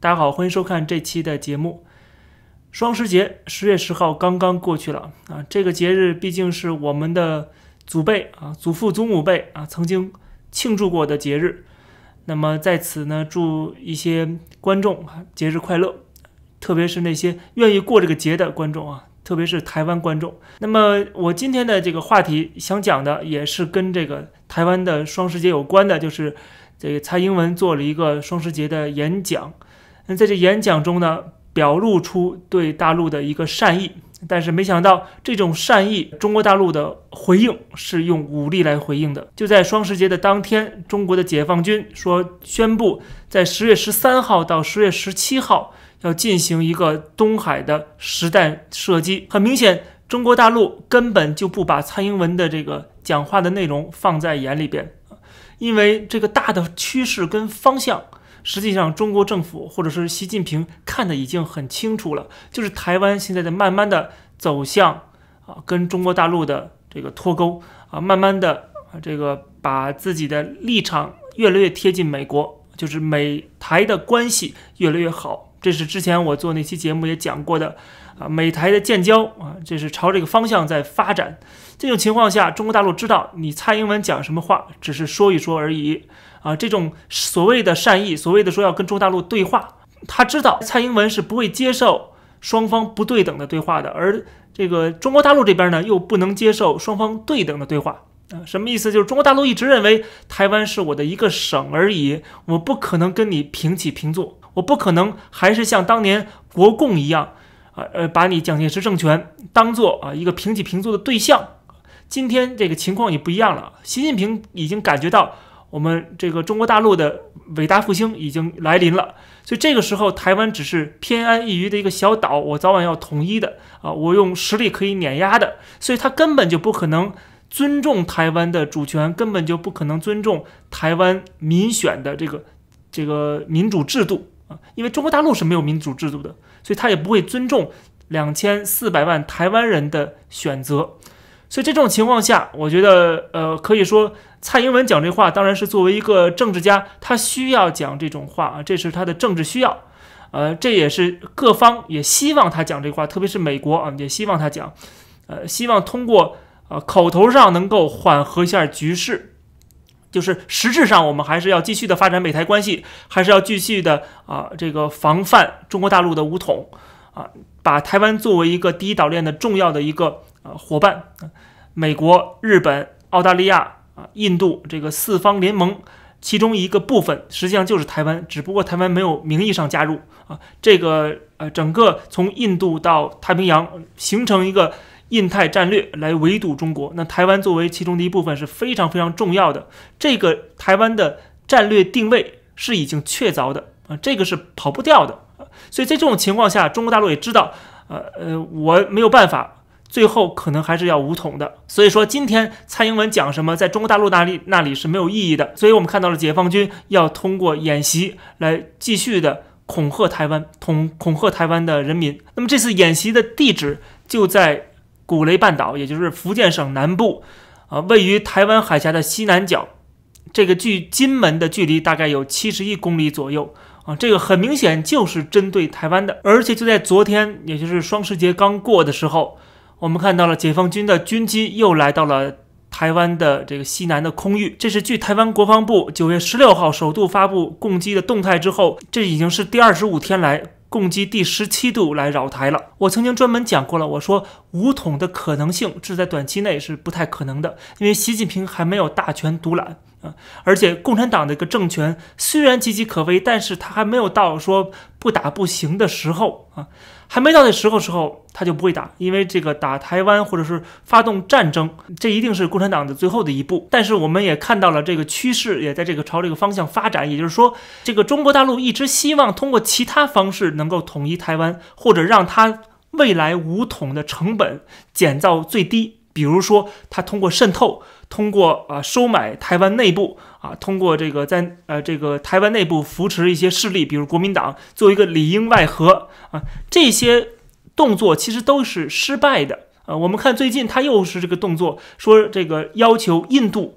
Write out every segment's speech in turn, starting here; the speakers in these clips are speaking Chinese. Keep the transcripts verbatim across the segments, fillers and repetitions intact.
大家好，欢迎收看这期的节目。双十节十月十号刚刚过去了啊，这个节日毕竟是我们的祖辈啊、祖父祖母辈啊曾经庆祝过的节日。那么在此呢，祝一些观众啊节日快乐，特别是那些愿意过这个节的观众啊，特别是台湾观众。那么我今天的这个话题想讲的也是跟这个台湾的双十节有关的，就是这个蔡英文做了一个双十节的演讲。那在这演讲中呢，表露出对大陆的一个善意，但是没想到这种善意，中国大陆的回应是用武力来回应的。就在双十节的当天，中国的解放军说宣布，在十月十三号到十月十七号要进行一个东海的实弹射击。很明显，中国大陆根本就不把蔡英文的这个讲话的内容放在眼里边，因为这个大的趋势跟方向，实际上中国政府或者是习近平看的已经很清楚了，就是台湾现在的慢慢的走向啊跟中国大陆的这个脱钩啊，慢慢的啊这个把自己的立场越来越贴近美国，就是美台的关系越来越好。这是之前我做那期节目也讲过的啊，美台的建交啊，这是朝这个方向在发展。这种情况下，中国大陆知道你蔡英文讲什么话只是说一说而已啊，这种所谓的善意，所谓的说要跟中国大陆对话，他知道蔡英文是不会接受双方不对等的对话的，而这个中国大陆这边呢，又不能接受双方对等的对话啊。什么意思？就是中国大陆一直认为台湾是我的一个省而已，我不可能跟你平起平坐，我不可能还是像当年国共一样啊，呃，把你蒋介石政权当做啊一个平起平坐的对象。今天这个情况也不一样了，习近平已经感觉到我们这个中国大陆的伟大复兴已经来临了，所以这个时候台湾只是偏安一隅的一个小岛，我早晚要统一的啊，我用实力可以碾压的，所以他根本就不可能尊重台湾的主权，根本就不可能尊重台湾民选的这个这个民主制度啊，因为中国大陆是没有民主制度的，所以他也不会尊重两千四百万台湾人的选择。所以这种情况下，我觉得呃，可以说蔡英文讲这话当然是作为一个政治家，他需要讲这种话啊，这是他的政治需要，呃，这也是各方也希望他讲这话，特别是美国啊，也希望他讲，呃，希望通过呃口头上能够缓和一下局势，就是实质上我们还是要继续的发展美台关系，还是要继续的啊、呃、这个防范中国大陆的武统啊，把台湾作为一个第一岛链的重要的一个呃伙伴，美国、日本、澳大利亚啊、印度这个四方联盟其中一个部分实际上就是台湾，只不过台湾没有名义上加入啊。这个呃整个从印度到太平洋形成一个印太战略来围堵中国，那台湾作为其中的一部分是非常非常重要的。这个台湾的战略定位是已经确凿的啊，这个是跑不掉的。所以在这种情况下，中国大陆也知道，呃呃，我没有办法，最后可能还是要武统的。所以说，今天蔡英文讲什么，在中国大陆那里那里是没有意义的。所以我们看到了解放军要通过演习来继续的恐吓台湾，恐恐吓台湾的人民。那么这次演习的地址就在古雷半岛，也就是福建省南部，啊、呃，位于台湾海峡的西南角，这个距金门的距离大概有七十一公里左右。啊，这个很明显就是针对台湾的，而且就在昨天，也就是双十节刚过的时候，我们看到了解放军的军机又来到了台湾的这个西南的空域。这是据台湾国防部九月十六号首度发布共机的动态之后，这已经是第二十五天来共机第十七度来扰台了。我曾经专门讲过了，我说武统的可能性是在短期内是不太可能的，因为习近平还没有大权独揽。啊，而且共产党的一个政权虽然岌岌可危，但是他还没有到说不打不行的时候啊，还没到那时候时候他就不会打，因为这个打台湾或者是发动战争，这一定是共产党的最后的一步。但是我们也看到了这个趋势也在这个朝这个方向发展，也就是说，这个中国大陆一直希望通过其他方式能够统一台湾，或者让他未来武统的成本减到最低。比如说，他通过渗透，通过啊、呃、收买台湾内部啊，通过这个在呃这个台湾内部扶持一些势力，比如国民党，做一个里应外合啊，这些动作其实都是失败的啊。我们看最近他又是这个动作，说这个要求印度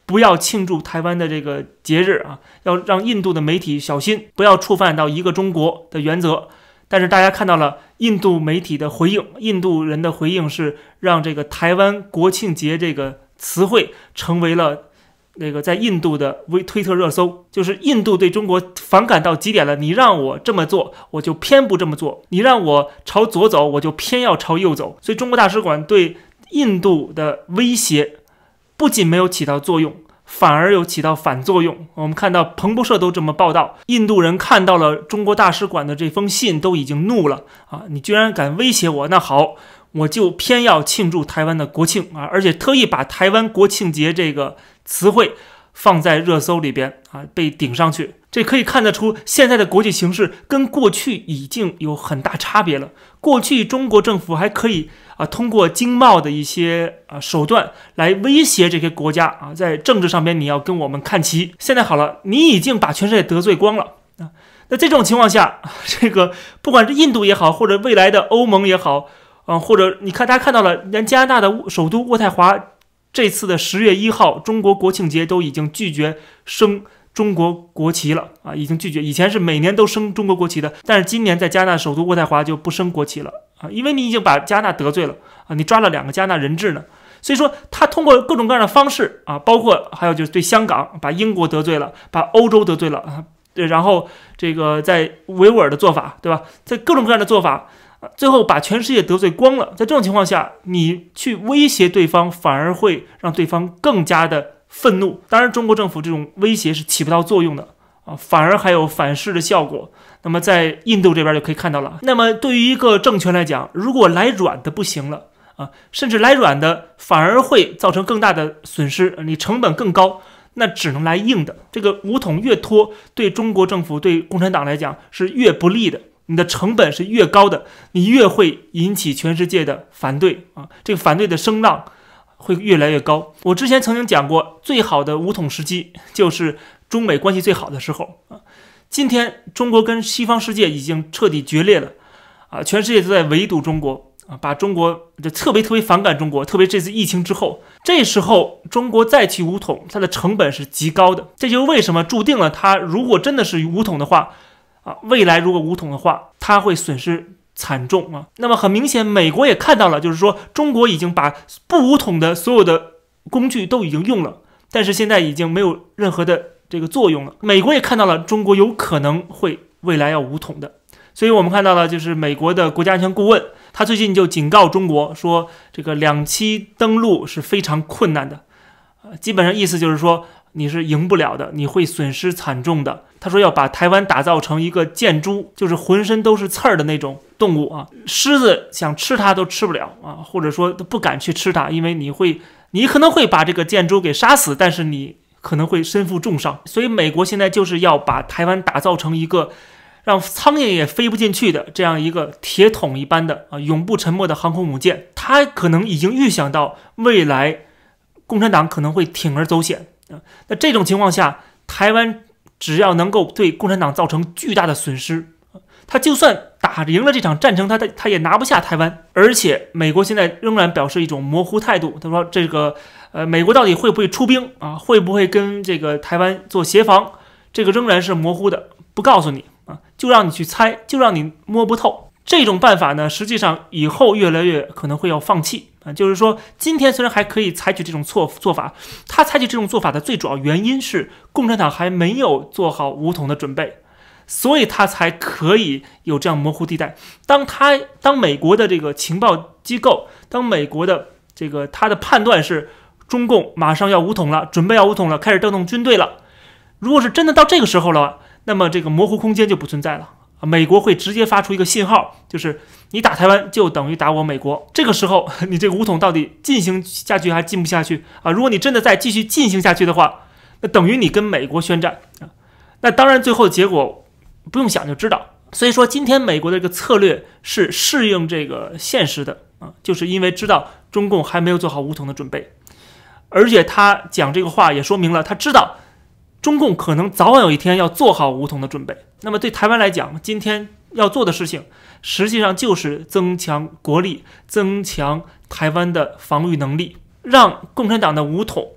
不要庆祝台湾的这个节日啊，要让印度的媒体小心，不要触犯到一个中国的原则。但是大家看到了印度媒体的回应，印度人的回应是让这个台湾国庆节这个词汇成为了那个在印度的微推特热搜，就是印度对中国反感到极点了，你让我这么做，我就偏不这么做；你让我朝左走，我就偏要朝右走。所以中国大使馆对印度的威胁不仅没有起到作用，反而有起到反作用。我们看到彭博社都这么报道，印度人看到了中国大使馆的这封信都已经怒了啊！你居然敢威胁我，那好，我就偏要庆祝台湾的国庆啊！而且特意把台湾国庆节这个词汇放在热搜里边啊，被顶上去。这可以看得出现在的国际形势跟过去已经有很大差别了。过去中国政府还可以啊通过经贸的一些啊手段来威胁这些国家啊，在政治上边你要跟我们看齐。现在好了，你已经把全世界得罪光了啊。那这种情况下，这个不管是印度也好，或者未来的欧盟也好啊，或者你看大家看到了，连加拿大的首都渥太华这次的十月一号中国国庆节都已经拒绝升中国国旗了啊，已经拒绝。以前是每年都升中国国旗的，但是今年在加拿大首都渥太华就不升国旗了啊，因为你已经把加拿大得罪了啊，你抓了两个加拿大人质呢。所以说他通过各种各样的方式啊，包括还有就是对香港把英国得罪了，把欧洲得罪了啊，然后这个在维吾尔的做法，对吧？在各种各样的做法，最后把全世界得罪光了。在这种情况下，你去威胁对方，反而会让对方更加的愤怒。当然，中国政府这种威胁是起不到作用的啊，反而还有反噬的效果。那么在印度这边就可以看到了。那么对于一个政权来讲，如果来软的不行了啊，甚至来软的反而会造成更大的损失，你成本更高，那只能来硬的。这个武统越拖，对中国政府、对共产党来讲是越不利的。你的成本是越高的，你越会引起全世界的反对啊！这个反对的声浪会越来越高。我之前曾经讲过，最好的武统时机就是中美关系最好的时候啊。今天中国跟西方世界已经彻底决裂了啊，全世界都在围堵中国啊，把中国就特别特别反感中国，特别这次疫情之后，这时候中国再去武统，它的成本是极高的。这就是为什么注定了它如果真的是武统的话。啊，未来如果武统的话，它会损失惨重啊。那么很明显，美国也看到了，就是说中国已经把不武统的所有的工具都已经用了，但是现在已经没有任何的这个作用了。美国也看到了，中国有可能会未来要武统的，所以我们看到了，就是美国的国家安全顾问，他最近就警告中国说，这个两栖登陆是非常困难的，呃，基本上意思就是说。你是赢不了的，你会损失惨重的。他说要把台湾打造成一个箭猪，就是浑身都是刺儿的那种动物啊，狮子想吃它都吃不了啊，或者说都不敢去吃它，因为你会，你可能会把这个箭猪给杀死，但是你可能会身负重伤。所以美国现在就是要把台湾打造成一个让苍蝇也飞不进去的这样一个铁桶一般的啊，永不沉没的航空母舰。他可能已经预想到未来共产党可能会铤而走险。那这种情况下，台湾只要能够对共产党造成巨大的损失，他就算打赢了这场战争，他他也拿不下台湾。而且美国现在仍然表示一种模糊态度，他说这个呃，美国到底会不会出兵啊？会不会跟这个台湾做协防？这个仍然是模糊的，不告诉你啊，就让你去猜，就让你摸不透。这种办法呢，实际上以后越来越可能会要放弃啊。就是说，今天虽然还可以采取这种做做法，他采取这种做法的最主要原因是共产党还没有做好武统的准备，所以他才可以有这样模糊地带。当他当美国的这个情报机构，当美国的这个他的判断是中共马上要武统了，准备要武统了，开始调动军队了，如果是真的到这个时候了，那么这个模糊空间就不存在了。美国会直接发出一个信号，就是你打台湾就等于打我美国。这个时候，你这个武统到底进行下去还进不下去啊？如果你真的再继续进行下去的话，那等于你跟美国宣战啊。那当然，最后的结果不用想就知道。所以说，今天美国的这个策略是适应这个现实的啊，就是因为知道中共还没有做好武统的准备，而且他讲这个话也说明了他知道。中共可能早晚有一天要做好武统的准备。那么对台湾来讲，今天要做的事情，实际上就是增强国力，增强台湾的防御能力，让共产党的武统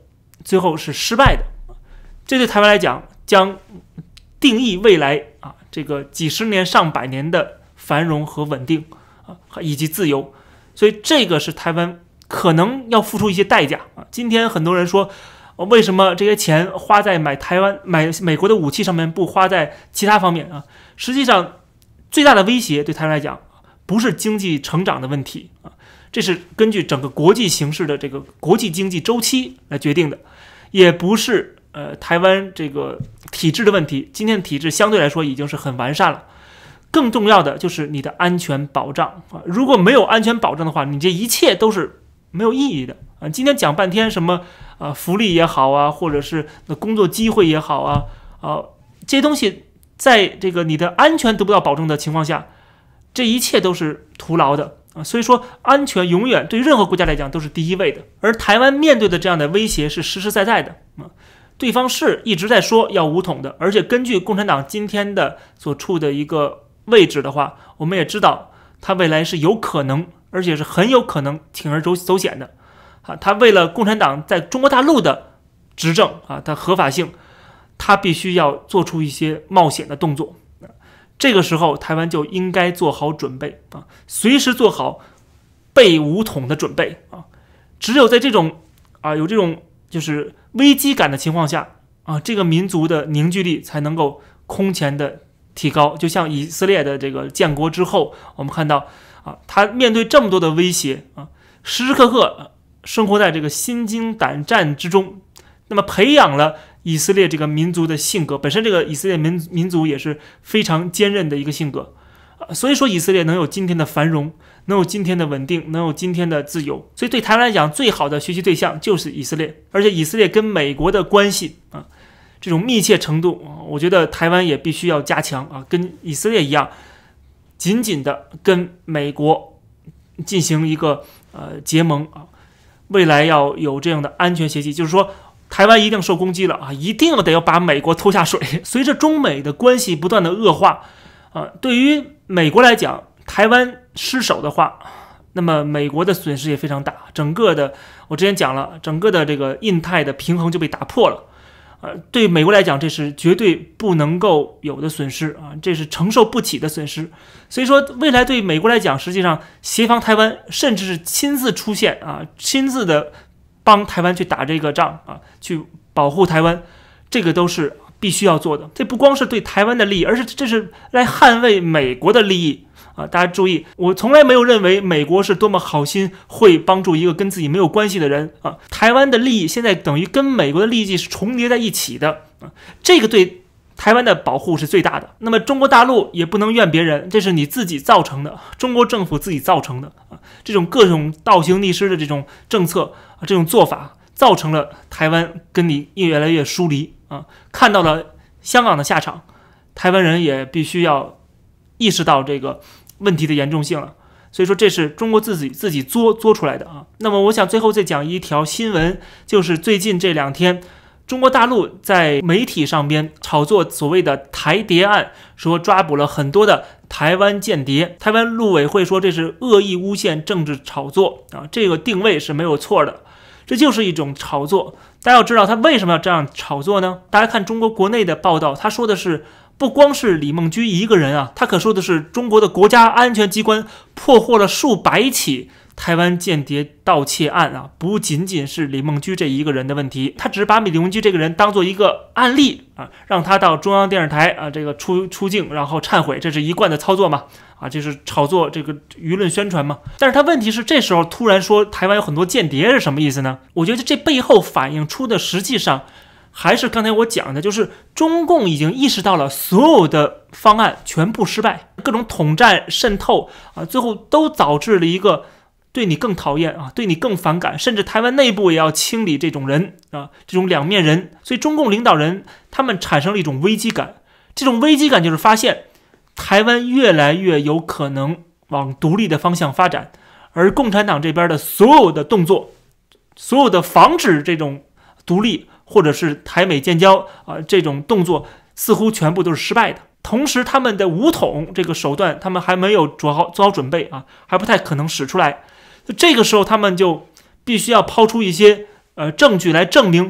最后是失败的。这对台湾来讲将定义未来啊这个几十年上百年的繁荣和稳定啊以及自由，所以这个是台湾可能要付出一些代价啊。今天很多人说，为什么这些钱花在买台湾买美国的武器上面，不花在其他方面啊？实际上，最大的威胁对台湾来讲，不是经济成长的问题啊，这是根据整个国际形势的这个国际经济周期来决定的，也不是呃台湾这个体制的问题。今天的体制相对来说已经是很完善了。更重要的就是你的安全保障啊！如果没有安全保障的话，你这一切都是没有意义的啊！今天讲半天什么啊福利也好啊，或者是工作机会也好啊啊，这些东西在这个你的安全得不到保证的情况下，这一切都是徒劳的啊！所以说，安全永远对任何国家来讲都是第一位的。而台湾面对的这样的威胁是实实在在的啊！对方是一直在说要武统的，而且根据共产党今天的所处的一个位置的话，我们也知道他未来是有可能，而且是很有可能铤而走走险的啊！他为了共产党在中国大陆的执政啊，它合法性，他必须要做出一些冒险的动作。这个时候，台湾就应该做好准备啊，随时做好被武统的准备啊！只有在这种啊有这种就是危机感的情况下啊，这个民族的凝聚力才能够空前的提高。就像以色列的这个建国之后，我们看到啊，他面对这么多的威胁啊，时时刻刻生活在这个心惊胆战之中，那么培养了以色列这个民族的性格。本身这个以色列民民族也是非常坚韧的一个性格啊，所以说以色列能有今天的繁荣，能有今天的稳定，能有今天的自由。所以对台湾来讲，最好的学习对象就是以色列，而且以色列跟美国的关系啊，这种密切程度，我觉得台湾也必须要加强啊，跟以色列一样，紧紧的跟美国进行一个呃结盟啊，未来要有这样的安全协议，就是说台湾一定受攻击了啊，一定得要把美国拖下水。随着中美的关系不断的恶化啊，对于美国来讲，台湾失守的话，那么美国的损失也非常大，整个的我之前讲了，整个的这个印太的平衡就被打破了。呃，对美国来讲，这是绝对不能够有的损失啊，这是承受不起的损失。所以说，未来对美国来讲，实际上协防台湾，甚至是亲自出现啊，亲自的帮台湾去打这个仗啊，去保护台湾，这个都是必须要做的。这不光是对台湾的利益，而是这是来捍卫美国的利益啊！大家注意，我从来没有认为美国是多么好心会帮助一个跟自己没有关系的人啊！台湾的利益现在等于跟美国的利益是重叠在一起的啊！这个对台湾的保护是最大的。那么中国大陆也不能怨别人，这是你自己造成的，中国政府自己造成的啊！这种各种倒行逆施的这种政策啊，这种做法，造成了台湾跟你越来越疏离啊！看到了香港的下场，台湾人也必须要意识到这个问题的严重性了。所以说这是中国自己自己作作出来的啊。那么我想最后再讲一条新闻，就是最近这两天中国大陆在媒体上边炒作所谓的台谍案，说抓捕了很多的台湾间谍。台湾陆委会说这是恶意诬陷政治炒作啊，这个定位是没有错的，这就是一种炒作。大家要知道他为什么要这样炒作呢？大家看中国国内的报道，他说的是不光是李孟居一个人啊，他可说的是中国的国家安全机关破获了数百起台湾间谍盗窃案啊，不仅仅是李孟居这一个人的问题，他只是把李孟居这个人当做一个案例啊，让他到中央电视台啊这个出出镜，然后忏悔，这是一贯的操作嘛，啊，这是炒作这个舆论宣传嘛。但是他问题是这时候突然说台湾有很多间谍是什么意思呢？我觉得这背后反映出的实际上还是刚才我讲的，就是中共已经意识到了所有的方案全部失败，各种统战渗透啊，最后都导致了一个对你更讨厌啊，对你更反感，甚至台湾内部也要清理这种人啊，这种两面人。所以中共领导人他们产生了一种危机感，这种危机感就是发现台湾越来越有可能往独立的方向发展，而共产党这边的所有的动作，所有的防止这种独立或者是台美建交啊、呃、这种动作似乎全部都是失败的。同时他们的武统这个手段他们还没有做好做好准备啊，还不太可能使出来。这个时候他们就必须要抛出一些呃证据来证明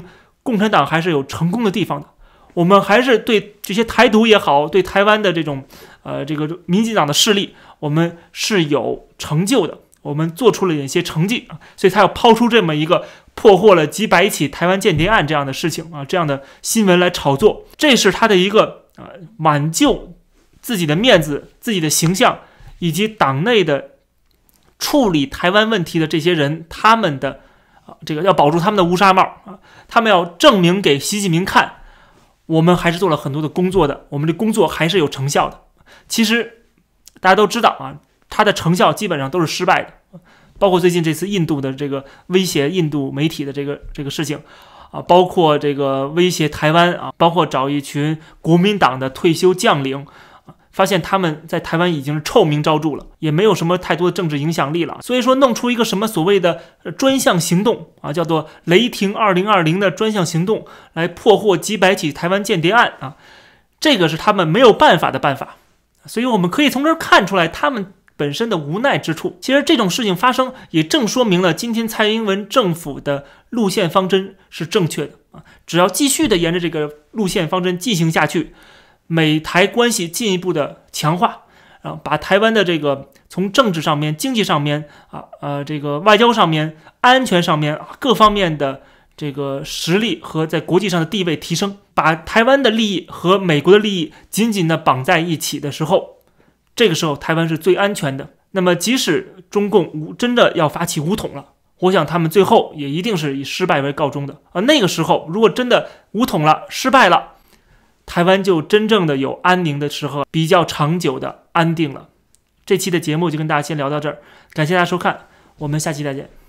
共产党还是有成功的地方的。我们还是对这些台独也好，对台湾的这种呃这个民进党的势力，我们是有成就的，我们做出了一些成绩啊，所以他要抛出这么一个破获了几百起台湾间谍案这样的事情啊，这样的新闻来炒作，这是他的一个呃挽救自己的面子、自己的形象，以及党内的处理台湾问题的这些人，他们的啊这个要保住他们的乌纱帽啊，他们要证明给习近平看。我们还是做了很多的工作的，我们的工作还是有成效的。其实大家都知道啊，它的成效基本上都是失败的，包括最近这次印度的这个威胁印度媒体的这个这个事情啊，包括这个威胁台湾啊，包括找一群国民党的退休将领。发现他们在台湾已经是臭名昭著了，也没有什么太多的政治影响力了。所以说弄出一个什么所谓的专项行动啊，叫做雷霆二零二零的专项行动，来破获几百起台湾间谍案啊，这个是他们没有办法的办法。所以我们可以从这儿看出来他们本身的无奈之处。其实这种事情发生，也正说明了今天蔡英文政府的路线方针是正确的啊，只要继续的沿着这个路线方针进行下去，美台关系进一步的强化，啊，把台湾的这个从政治上面、经济上面啊、呃，这个外交上面、安全上面各方面的这个实力和在国际上的地位提升，把台湾的利益和美国的利益紧紧的绑在一起的时候，这个时候台湾是最安全的。那么，即使中共真的要发起武统了，我想他们最后也一定是以失败为告终的啊。那个时候，如果真的武统了、失败了，台湾就真正的有安宁的时候，比较长久的安定了。这期的节目就跟大家先聊到这儿，感谢大家收看，我们下期再见。